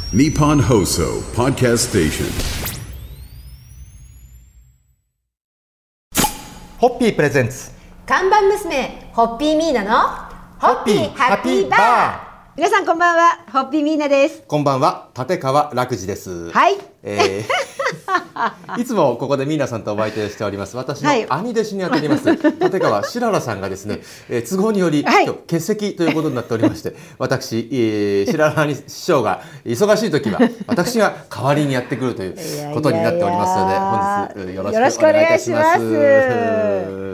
Nippon Hoso Podcast Station。 ホッピープレゼンツ看板娘ホッピーミーナのホッピーハッピーバー。皆さんこんばんは、ホッピーミーナです。 こんばんは、立川楽寺です。 はい、 いつもここでミーナさんとお相手しております私の兄弟子にあたります、立川しららさんがですね、都合により、今日欠席ということになっておりまして、私、しらら兄師匠が忙しい時は私が代わりにやってくるということになっておりますので、本日よろしくお願いいたします。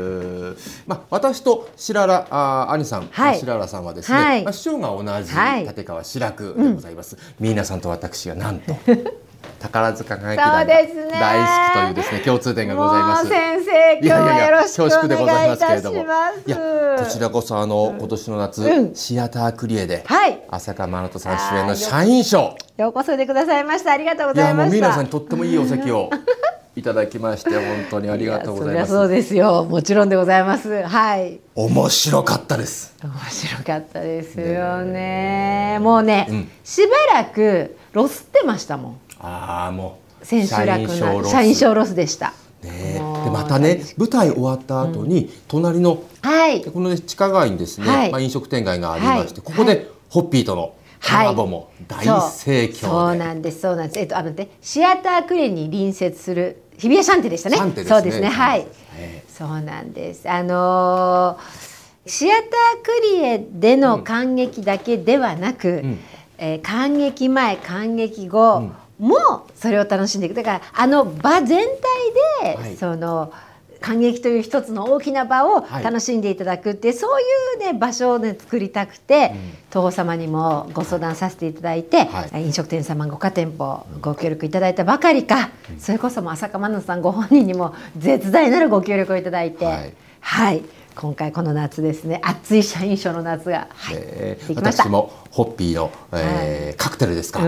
私としらら兄さん、しららさんはですね、師匠が同じ立川志らくでございます。ミーナさんと私がなんと宝塚歌劇団が大好きというですね共通点がございます。 先生、今日はよろしくお願いいたします。 いや、こちらこそ今年の夏、シアタークリエで、朝香真人さん主演の社員賞、 ようこそでくださいました。ありがとうございました。 もうミーナさんにとってもいいお席をいただきまして本当にありがとうございます。 そうですよ、もちろんでございます。はい、 面白かったです。 面白かったですよね。もうね、しばらくロスってましたもん。もう千秋楽の社員賞ロスでした。 でまたね、舞台終わった後に、隣の、この地下街にですね、飲食店街がありまして、ここでホッピーとのコラボも大盛況で、 そうなんです、そうなんです。シアタークレに隣接する日比谷シャンテですね。そうですね、はい、そうなんです。シアタークリエでの観劇だけではなく、観劇前観劇後もそれを楽しんでいく。だから場全体で、その観劇という一つの大きな場を楽しんでいただくって、そういうね場所をね作りたくて、東宝様にもご相談させていただいて、飲食店様ご家店舗ご協力いただいたばかりか、それこそも朝香真人さんご本人にも絶大なるご協力をいただいて、今回この夏ですね、暑い社員賞の夏ができました。 私もホッピーの、カクテルですか、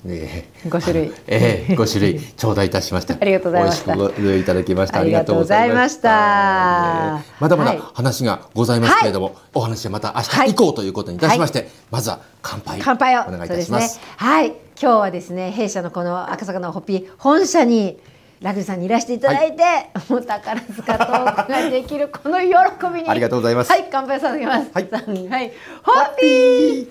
5種類、 5種類頂戴いたしました。 ありがとうございました。 美味しくいただきました。 ありがとうございました。 まだまだ話がございますけれども、お話はまた明日以降ということにいたしまして、まずは乾杯をお願いいたします。 はい、今日はですね、弊社のこの赤坂のホッピー本社に楽寺さんにいらしていただいて、もう宝塚トークができるこの喜びにありがとうございます。 乾杯させます。ホッピー。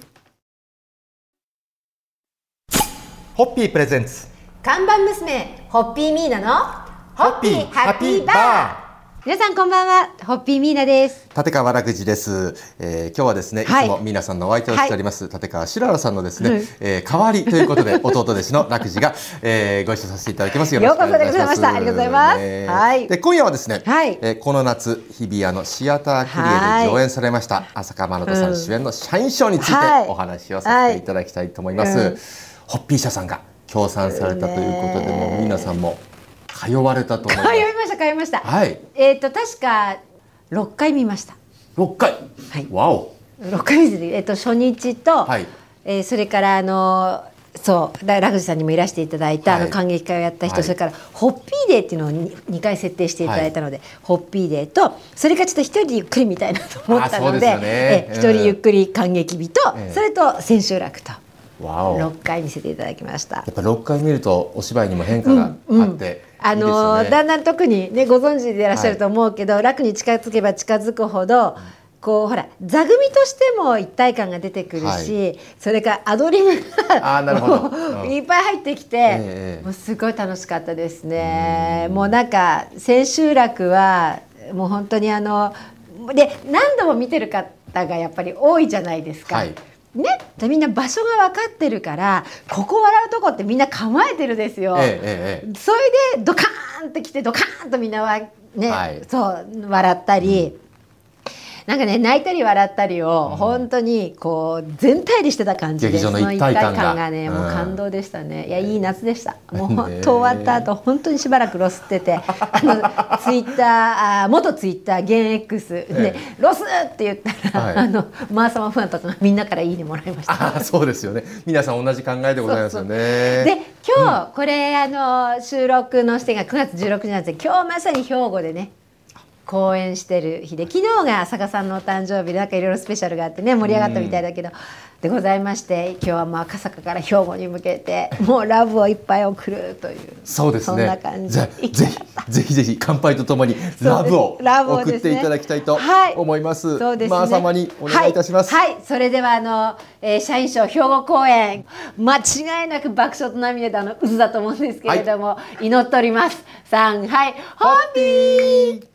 ホッピープレゼンツ看板娘ホッピーミーナのホッピーハッピーバー。皆さんこんばんは、ホッピーミーナです。 立川楽寺です。今日はですね、いつもミーナさんのお相手をしております、立川しららさんのですね、代わりということで弟弟子の楽寺が、ご一緒させていただきます。よろしくお願いします。 ようこそでございました。ありがとうございます。 で今夜はですね、この夏日比谷のシアタークリエで上演されました朝香真人さん主演の社員賞についてお話をさせていただきたいと思います。ホッピー社さんが協賛されたということで、もうミーナさんも通われたと思います。 通いました。確か6回見ました。 6回。わお。 6回見て、初日と、それからそう楽寺さんにもいらしていただいた観劇会をやった人、それからホッピーデーっていうのを2回設定していただいたので、ホッピーデーと、それからちょっと一人でゆっくりみたいなと思ったので、一人ゆっくり観劇日と、それと千秋楽と。6回見せていただきました。 やっぱ6回見るとお芝居にも変化があって、 だんだん特にねご存知でいらっしゃると思うけど、楽に近づけば近づくほどこうほら座組としても一体感が出てくるし、それからアドリブがいっぱい入ってきて、もうすごい楽しかったですね。もうなんか千秋楽はもう本当にで何度も見てる方がやっぱり多いじゃないですか。みんな場所が分かってるから、ここ笑うとこってみんな構えてるですよ。それでドカーンってきて、ドカーンとみんなはそう笑ったり、なんかね泣いたり笑ったりを本当にこう全体でしてた感じで、 劇場の一体感がねもう感動でしたね。いや、いい夏でした。もう本当終わった後本当にしばらくロスってて、ツイッター元ツイッター現 X でロスって言ったら、マーサマファンとかがみんなからいいねもらいました。 そうですよね。皆さん同じ考えでございますよね。 で今日これ収録のしてが9月16日なんですけど、今日まさに兵庫でね公演してる日で、昨日が浅香さんのお誕生日でなんかいろいろスペシャルがあってね、盛り上がったみたいだけど、でございまして、今日はまあ赤坂から兵庫に向けてもうラブをいっぱい送るという、 そうですね、 そんな感じ。 じゃあぜひ乾杯とともにラブを送っていただきたいと思います。 そうですね、 マー様にお願いいたします。 はい、それでは社員賞兵庫公演、間違いなく爆笑と涙の渦だと思うんですけれども、祈っております。3、はい、ホッピー。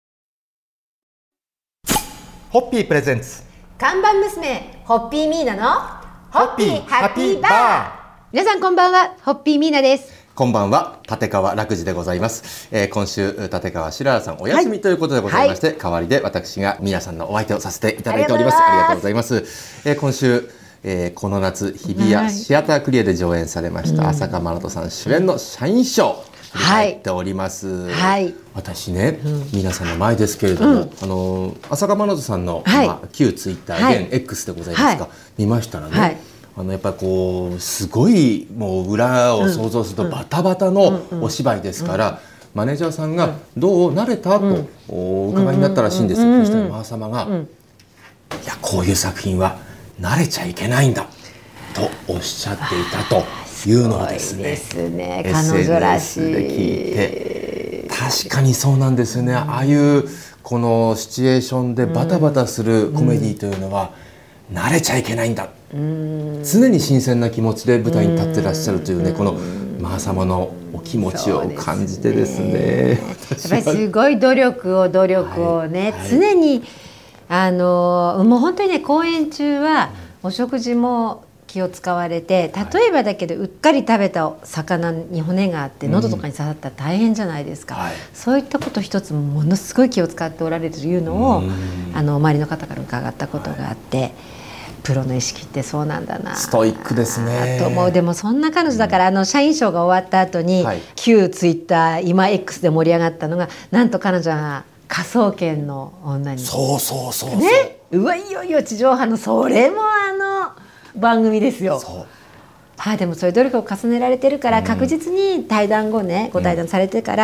ホッピープレゼンツ、 看板娘ホッピーミーナのホッピーハッピーバー。皆さんこんばんは、ホッピーミーナです。 こんばんは、立川楽寺でございます。今週立川しららさんお休みということでございまして、代わりで私が皆さんのお相手をさせていただいております。ありがとうございます。今週この夏日比谷シアタークリエで上演されました、浅香真奈さん主演の社員賞、振り返っております。私ね、皆さんの前ですけれども、浅香真奈さんの、旧ツイッター現 X でございますか、見ましたらね、やっぱりこうすごいもう裏を想像するとバタバタのお芝居ですから、マネージャーさんがどう慣れたとお伺いになったらしいんですよ。そしたらマー様が、いやこういう作品は慣れちゃいけないんだとおっしゃっていたというのをですね、 彼女らしい SNS で聞いて、確かにそうなんですよね。ああいうこのシチュエーションでバタバタするコメディというのは慣れちゃいけないんだ、常に新鮮な気持ちで舞台に立ってらっしゃるというね、このマー様のお気持ちを感じてですね、 やっぱりすごい努力をね、常にもう本当にね、公演中はお食事も気を使われて、例えばだけどうっかり食べた魚に骨があって喉とかに刺さったら大変じゃないですか、そういったこと一つものすごい気を使っておられるというのを周りの方から伺ったことがあって、プロの意識ってそうなんだな、 ストイックですねと思う。でもそんな彼女だから、社員賞が終わった後に、旧ツイッター今 X で盛り上がったのが、なんと彼女が科捜研の女に、 そうね、うわ、いよいよ地上波のそれも番組ですよ。でもそういう努力を重ねられてるから、確実に対談後ね、ご対談されてから、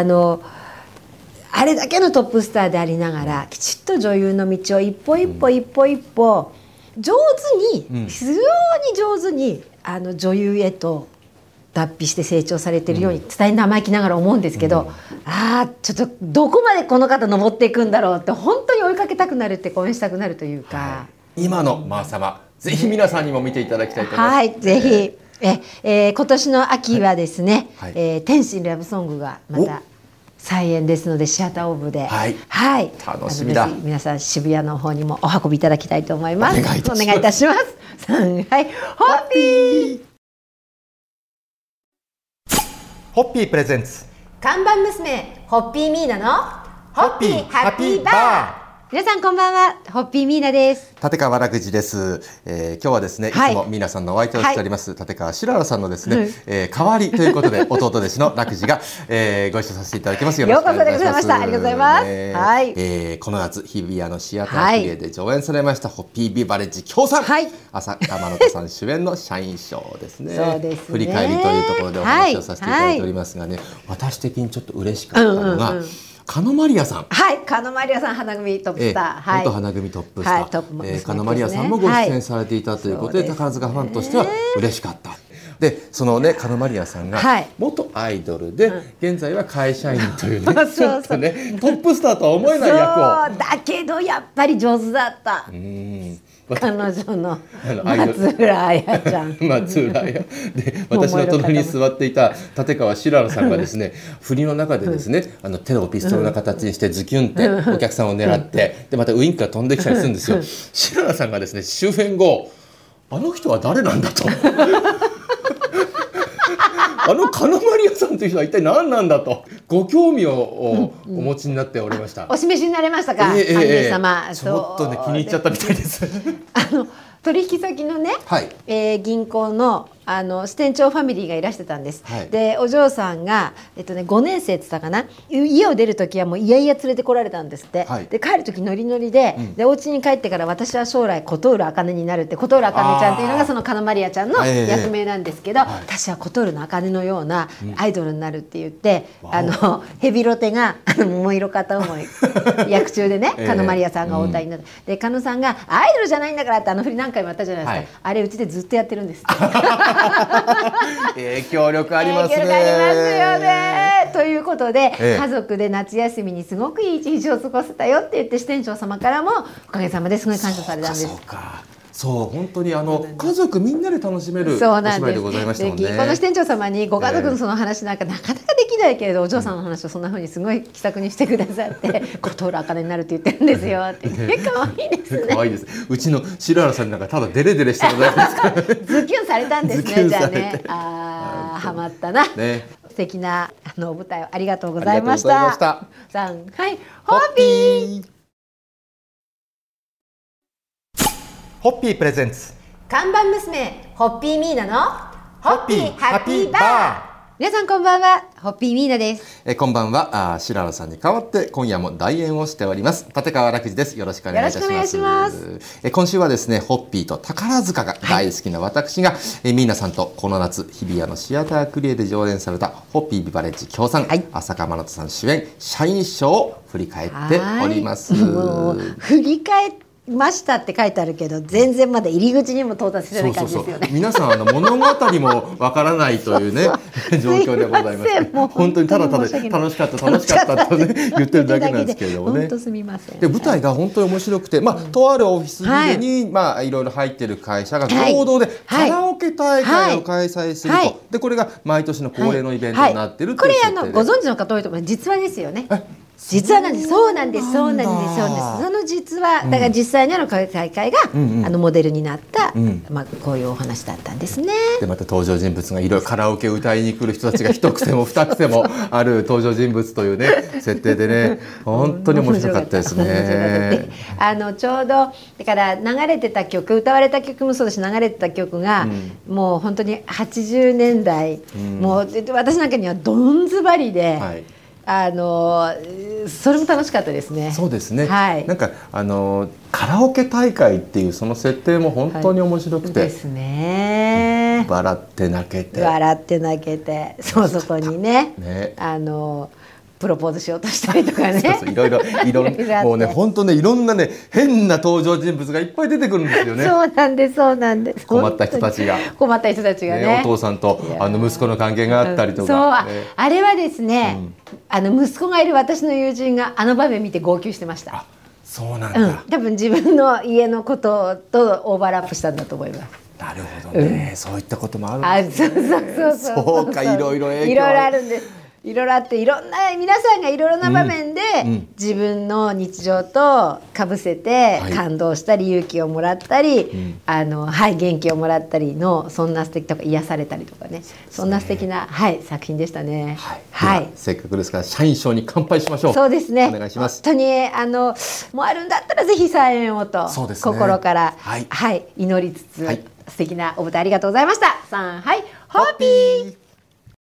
あれだけのトップスターでありながら、きちっと女優の道を一歩一歩上手に、非常に上手に女優へと脱皮して成長されてるように伝え生意気ながら思うんですけど、ちょっとどこまでこの方登っていくんだろうって、本当に追いかけたくなるって、応援したくなるというか、 今のマー様、ぜひ皆さんにも見ていただきたいと思います。 ぜひ今年の秋はですね、天心ラブソングがまた再演ですので、シアターオーブで、 楽しみだ。 ぜひ皆さん渋谷の方にもお運びいただきたいと思います。お願いいたします。ホッピー。 ホッピープレゼンツ、 看板娘ホッピーミーナのホッピーハッピーバー。皆さんこんばんは、ホッピーミーナです。 立川楽寺です。今日はですね、いつも皆さんのお相手をしております、立川しららさんのですね、代わりということで弟弟子の楽寺が、ご一緒させていただきます。よろしくお願いします。 ありがとうございます。 この夏日比谷のシアタークリエで上演されました、ホッピービバレッジ協賛、浅香真奈さん主演の社員賞ですね。振り返りというところでお話をさせていただいておりますがね、私的にちょっと嬉しかったのが、カノマリアさん、 カノマリアさん、花組トップスター、 元花組トップスター、カノマリアさんもご出演されていたということで、宝塚ファンとしては嬉しかった。で、そのね、カノマリアさんが元アイドルで、現在は会社員というね、ちょっとね、トップスターとは思えない役を。 だけどやっぱり上手だった。彼女の松浦綾ちゃん。 松浦綾で、私の隣に座っていた立川しららさんがですね、振りの中でですね、手をピストルの形にしてズキュンってお客さんを狙って、でまたウインクが飛んできたりするんですよ。しららさんがですね、終演後、あの人は誰なんだと。カノマリアさんという人は一体何なんだとご興味をお持ちになっておりました。 お示しになれましたか、姉様。 ちょっとね、気に入っちゃったみたいです。 取引先のね、銀行の支店長ファミリーがいらしてたんです、 はい、 でお嬢さんが、5年生って言ったかな、家を出る時はもういやいや連れてこられたんですって、はい、で帰る時ノリノリで、でお家に帰ってから私は将来琴浦茜になるって、琴浦茜ちゃんっていうのがそのカノマリアちゃんの役名なんですけど、私は琴浦の茜のようなアイドルになるって言って、ヘビロテが桃色片思い役中でねカノマリアさんがお歌いになって、でカノさんがアイドルじゃないんだからって振り何回もやったじゃないですか、はい、あれうちでずっとやってるんです影響力ありますね。 影響力ありますよね。ということで、家族で夏休みにすごくいい一日を過ごせたよって言って支店長様からもおかげさまですごい感謝されたんです。 そう本当に家族みんなで楽しめるお芝居でございましたもんね。 この支店長様にご家族のその話なんかなかなかできないけれど、お嬢さんの話をそんな風にすごい気さくにしてくださって琴浦茜になるって言ってるんですよって可愛いですね。 可愛いです。うちの白原さんなんかただデレデレしてございますから、ね、 ズキュンされたんですね。じゃあね、ハマったな、ね、素敵なお舞台をありがとうございました。さんはいホッピーホッピープレゼンツ看板娘ホッピーミーナのホッピーハッピーバー。皆さんこんばんは、ホッピーミーナです。 こんばんは、白原さんに代わって今夜も代演をしております立川楽寺です。よろしくお願いいたします。今週はですね、ホッピーと宝塚が大好きな私が、ミーナさんとこの夏日比谷のシアタークリエで上演されたホッピービバレッジ協賛、浅香真奈さん主演社員賞を振り返っております。 振り返ってましたって書いてあるけど、全然まだ入り口にも到達してない感じですよね。 皆さん物語もわからないというね状況でございます。本当にただただ楽しかったとね言ってるだけなんですけれどもね。 本当すみません。 で舞台が本当に面白くて、とあるオフィスビルにいろいろ入ってる会社が合同でカラオケ大会を開催すると、でこれが毎年の恒例のイベントになってるっていう設定で、 これご存知の方多いと思います。実話ですよね。実はなんです。そうなんです。その実はだから実際に大会がモデルになったこういうお話だったんですね。 でまた登場人物がいろいろカラオケ歌いに来る人たちが一癖も二癖もある登場人物というね設定でね、本当に面白かったですね。 ちょうどだから流れてた曲、歌われた曲もそうだし、流れてた曲がもう本当に80年代、もう私なんかにはどんずばりで。それも楽しかったですね。 そうですね、なんかカラオケ大会っていうその設定も本当に面白くて、 ですね、 笑って泣けてそこにねプロポーズしようとしたりとかね、 いろいろもうね本当ねいろんなね変な登場人物がいっぱい出てくるんですよね。 そうなんです。 困った人たちがね、お父さんと息子の関係があったりとか、 あれはですね、息子がいる私の友人が場面見て号泣してました。 そうなんだ。 多分自分の家のこととオーバーラップしたんだと思います。 なるほどね、そういったこともあるんですね。そうか、 いろいろ影響あるんです。いろいろあって、いろんな皆さんがいろいろな場面で自分の日常とかぶせて感動したり勇気をもらったり、元気をもらったりの、そんな素敵とか癒されたりとかね、そんな素敵な作品でしたね。 せっかくですから社員賞に乾杯しましょう。 そうですね、 お願いします。 本当にもうあるんだったらぜひ再演をと心から祈りつつ、素敵なお舞台ありがとうございました。ホッピー。